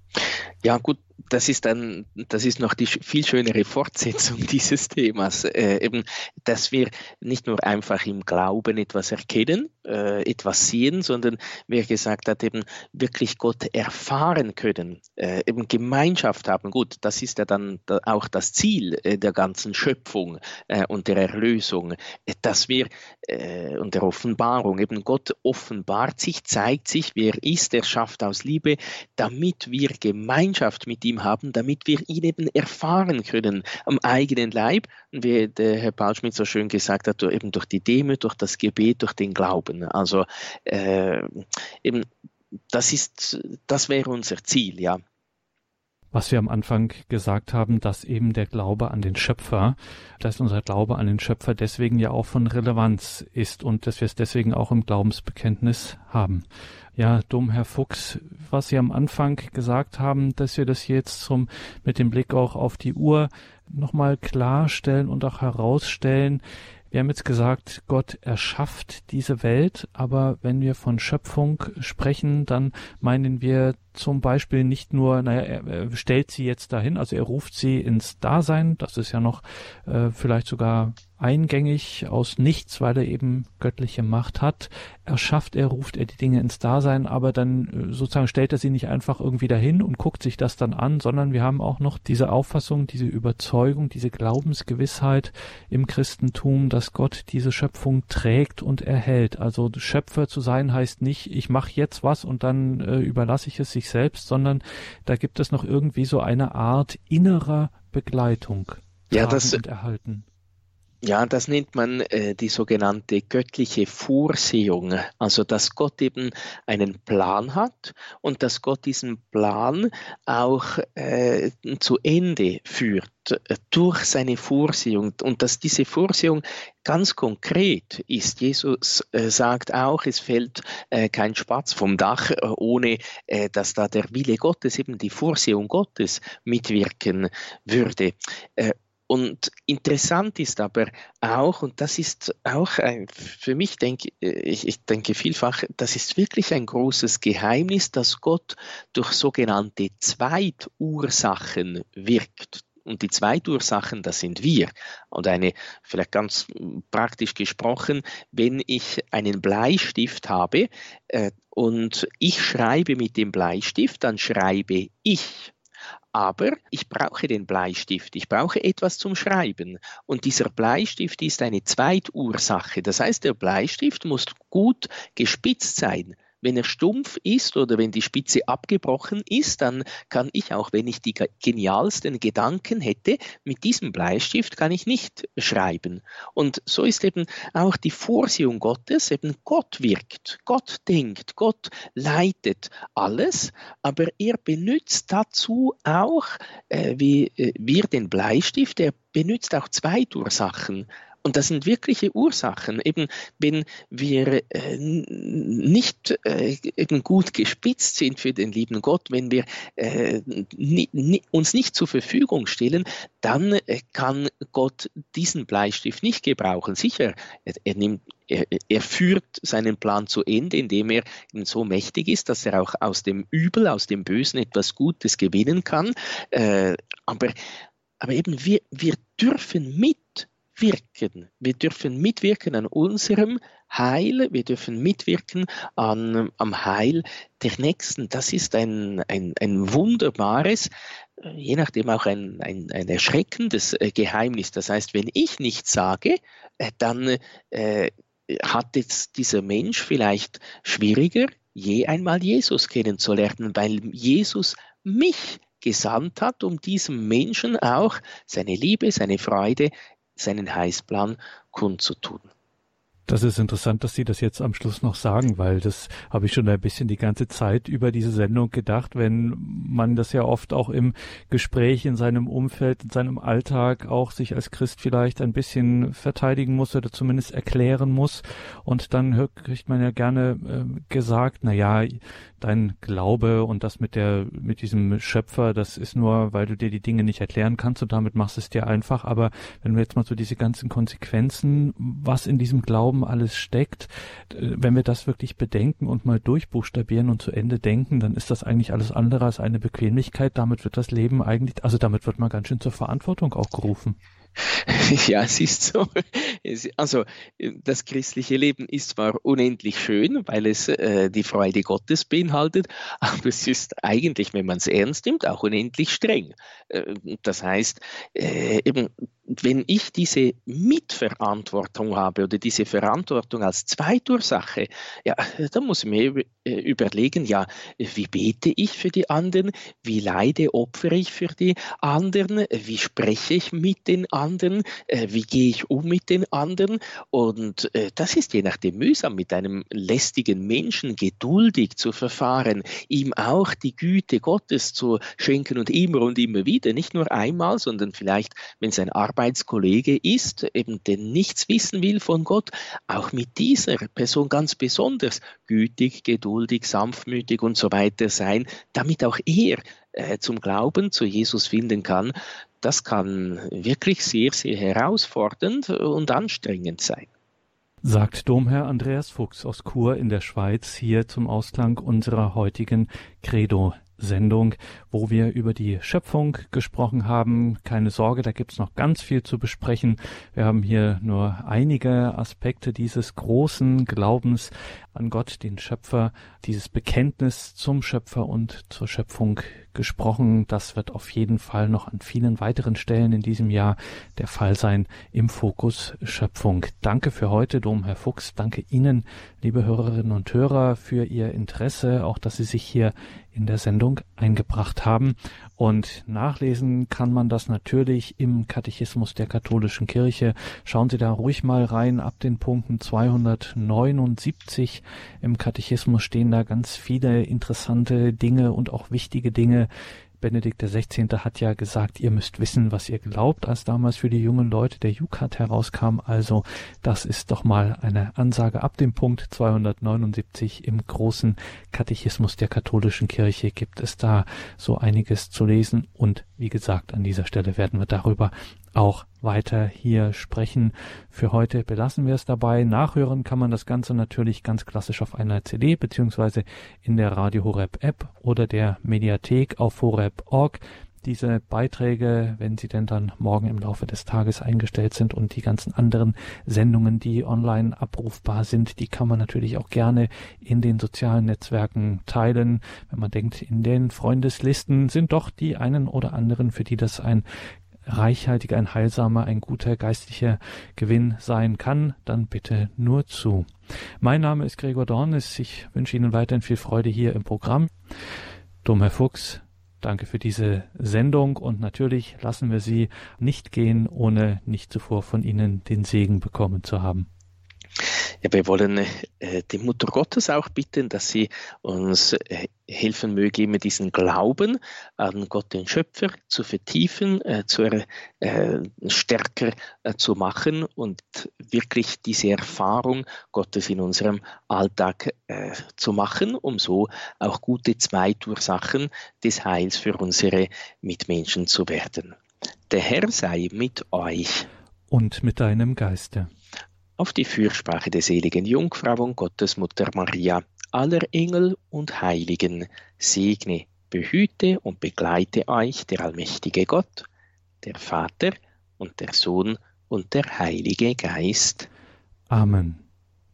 Speaker 2: Ja, gut, das ist dann, das ist noch die viel schönere Fortsetzung dieses Themas, äh, eben, dass wir nicht nur einfach im Glauben etwas erkennen, äh, etwas sehen, sondern, wie er gesagt hat, eben wirklich Gott erfahren können, äh, eben Gemeinschaft haben. Gut, das ist ja dann da auch das Ziel äh, der ganzen Schöpfung äh, und der Erlösung, äh, dass wir äh, und der Offenbarung, eben Gott offenbart sich, zeigt sich, wer er ist, er schafft aus Liebe, damit wir Gemeinschaft mit ihm haben, damit wir ihn eben erfahren können am eigenen Leib. Und wie der Herr Paulschmidt so schön gesagt hat, eben durch die Demut, durch das Gebet, durch den Glauben. Also äh, eben, das ist, das wäre unser Ziel, ja.
Speaker 1: Was wir am Anfang gesagt haben, dass eben der Glaube an den Schöpfer, dass unser Glaube an den Schöpfer deswegen ja auch von Relevanz ist und dass wir es deswegen auch im Glaubensbekenntnis haben. Ja, Domherr Fuchs, was Sie am Anfang gesagt haben, dass wir das jetzt zum, mit dem Blick auch auf die Uhr nochmal klarstellen und auch herausstellen. Wir haben jetzt gesagt, Gott erschafft diese Welt, aber wenn wir von Schöpfung sprechen, dann meinen wir zum Beispiel nicht nur, naja, er, er stellt sie jetzt dahin, also er ruft sie ins Dasein, das ist ja noch äh, vielleicht sogar eingängig aus nichts, weil er eben göttliche Macht hat. Er schafft, er ruft er die Dinge ins Dasein, aber dann äh, sozusagen stellt er sie nicht einfach irgendwie dahin und guckt sich das dann an, sondern wir haben auch noch diese Auffassung, diese Überzeugung, diese Glaubensgewissheit im Christentum, dass Gott diese Schöpfung trägt und erhält. Also Schöpfer zu sein heißt nicht, ich mache jetzt was und dann äh, überlasse ich es sich selbst, sondern da gibt es noch irgendwie so eine Art innerer Begleitung.
Speaker 2: Ja, das
Speaker 1: und erhalten.
Speaker 2: Ja, das nennt man äh, die sogenannte göttliche Vorsehung. Also, dass Gott eben einen Plan hat und dass Gott diesen Plan auch äh, zu Ende führt äh, durch seine Vorsehung und dass diese Vorsehung ganz konkret ist. Jesus äh, sagt auch, es fällt äh, kein Spatz vom Dach, äh, ohne äh, dass da der Wille Gottes, eben die Vorsehung Gottes mitwirken würde. Äh, Und interessant ist aber auch, und das ist auch ein, für mich, denke ich, ich denke vielfach, das ist wirklich ein großes Geheimnis, dass Gott durch sogenannte Zweitursachen wirkt. Und die Zweitursachen, das sind wir. Und eine, vielleicht ganz praktisch gesprochen, wenn ich einen Bleistift habe äh, und ich schreibe mit dem Bleistift, dann schreibe ich. Aber ich brauche den Bleistift, ich brauche etwas zum Schreiben. Und dieser Bleistift ist eine Zweitursache. Das heißt, der Bleistift muss gut gespitzt sein. Wenn er stumpf ist oder wenn die Spitze abgebrochen ist, dann kann ich auch, wenn ich die genialsten Gedanken hätte, mit diesem Bleistift kann ich nicht schreiben. Und so ist eben auch die Vorsehung Gottes, eben Gott wirkt, Gott denkt, Gott leitet alles, aber er benutzt dazu auch, äh, wie äh, wir den Bleistift, er benutzt auch Zweitursachen. Und das sind wirkliche Ursachen, eben wenn wir äh, nicht äh, eben gut gespitzt sind für den lieben Gott, wenn wir äh, ni, ni, uns nicht zur Verfügung stellen, dann äh, kann Gott diesen Bleistift nicht gebrauchen. Sicher, er, er nimmt Er, er führt seinen Plan zu Ende, indem er so mächtig ist, dass er auch aus dem Übel, aus dem Bösen etwas Gutes gewinnen kann. Äh, aber, aber eben wir, wir dürfen mitwirken. Wir dürfen mitwirken an unserem Heil, wir dürfen mitwirken an, am Heil der Nächsten. Das ist ein, ein, ein wunderbares, je nachdem auch ein, ein, ein erschreckendes Geheimnis. Das heißt, wenn ich nichts sage, dann äh, hat jetzt dieser Mensch vielleicht schwieriger, je einmal Jesus kennenzulernen, weil Jesus mich gesandt hat, um diesem Menschen auch seine Liebe, seine Freude, seinen Heilsplan kundzutun.
Speaker 1: Das ist interessant, dass Sie das jetzt am Schluss noch sagen, weil das habe ich schon ein bisschen die ganze Zeit über diese Sendung gedacht, wenn man das ja oft auch im Gespräch in seinem Umfeld, in seinem Alltag auch sich als Christ vielleicht ein bisschen verteidigen muss oder zumindest erklären muss. Und dann kriegt man ja gerne äh, gesagt, na ja, dein Glaube und das mit der, mit diesem Schöpfer, das ist nur, weil du dir die Dinge nicht erklären kannst und damit machst es dir einfach. Aber wenn wir jetzt mal so diese ganzen Konsequenzen, was in diesem Glauben alles steckt, wenn wir das wirklich bedenken und mal durchbuchstabieren und zu Ende denken, dann ist das eigentlich alles andere als eine Bequemlichkeit. Damit wird das Leben eigentlich, also damit wird man ganz schön zur Verantwortung auch gerufen.
Speaker 2: Ja, es ist so. Also das christliche Leben ist zwar unendlich schön, weil es äh, die Freude Gottes beinhaltet, aber es ist eigentlich, wenn man es ernst nimmt, auch unendlich streng. Äh, das heißt, äh, eben, wenn ich diese Mitverantwortung habe oder diese Verantwortung als Zweitursache, ja, dann muss ich mir äh, überlegen, ja, wie bete ich für die anderen, wie leide, opfere ich für die anderen, wie spreche ich mit den anderen, anderen, äh, wie gehe ich um mit den anderen. Und äh, das ist je nachdem mühsam, mit einem lästigen Menschen geduldig zu verfahren, ihm auch die Güte Gottes zu schenken und immer und immer wieder, nicht nur einmal, sondern vielleicht, wenn es ein Arbeitskollege ist, eben der nichts wissen will von Gott, auch mit dieser Person ganz besonders gütig, geduldig, sanftmütig und so weiter sein, damit auch er äh, zum Glauben zu Jesus finden kann. Das kann wirklich sehr, sehr herausfordernd und anstrengend sein.
Speaker 1: Sagt Domherr Andreas Fuchs aus Chur in der Schweiz hier zum Ausklang unserer heutigen Credo-Sendung, wo wir über die Schöpfung gesprochen haben. Keine Sorge, da gibt's noch ganz viel zu besprechen. Wir haben hier nur einige Aspekte dieses großen Glaubens an Gott, den Schöpfer, dieses Bekenntnis zum Schöpfer und zur Schöpfung gesprochen. Das wird auf jeden Fall noch an vielen weiteren Stellen in diesem Jahr der Fall sein im Fokus Schöpfung. Danke für heute, Domherr Fuchs. Danke Ihnen, liebe Hörerinnen und Hörer, für Ihr Interesse, auch dass Sie sich hier in der Sendung eingebracht haben. Und nachlesen kann man das natürlich im Katechismus der katholischen Kirche. Schauen Sie da ruhig mal rein. Ab den Punkten zweihundertneunundsiebzig im Katechismus stehen da ganz viele interessante Dinge und auch wichtige Dinge. Benedikt der Sechzehnte hat ja gesagt, ihr müsst wissen, was ihr glaubt, als damals für die jungen Leute der Jukat herauskam. Also das ist doch mal eine Ansage. Ab dem Punkt zweihundertneunundsiebzig im großen Katechismus der katholischen Kirche gibt es da so einiges zu lesen. Und wie gesagt, an dieser Stelle werden wir darüber auch weiter hier sprechen. Für heute belassen wir es dabei. Nachhören kann man das Ganze natürlich ganz klassisch auf einer C D beziehungsweise in der Radio Horeb App oder der Mediathek auf horeb punkt org. Diese Beiträge, wenn sie denn dann morgen im Laufe des Tages eingestellt sind, und die ganzen anderen Sendungen, die online abrufbar sind, die kann man natürlich auch gerne in den sozialen Netzwerken teilen. Wenn man denkt, in den Freundeslisten sind doch die einen oder anderen, für die das ein reichhaltiger, ein heilsamer, ein guter geistlicher Gewinn sein kann, dann bitte nur zu. Mein Name ist Gregor Dornis. Ich wünsche Ihnen weiterhin viel Freude hier im Programm. Domherr Fuchs, danke für diese Sendung, und natürlich lassen wir Sie nicht gehen, ohne nicht zuvor von Ihnen den Segen bekommen zu haben.
Speaker 2: Ja, wir wollen äh, die Mutter Gottes auch bitten, dass sie uns äh, helfen möge, immer diesen Glauben an Gott, den Schöpfer, zu vertiefen, äh, zu, äh, stärker äh, zu machen und wirklich diese Erfahrung Gottes in unserem Alltag äh, zu machen, um so auch gute Zweitursachen des Heils für unsere Mitmenschen zu werden. Der Herr sei mit euch.
Speaker 1: Und mit deinem Geiste.
Speaker 2: Auf die Fürsprache der seligen Jungfrau und Gottesmutter Maria, aller Engel und Heiligen, segne, behüte und begleite euch der allmächtige Gott, der Vater und der Sohn und der Heilige Geist.
Speaker 1: Amen.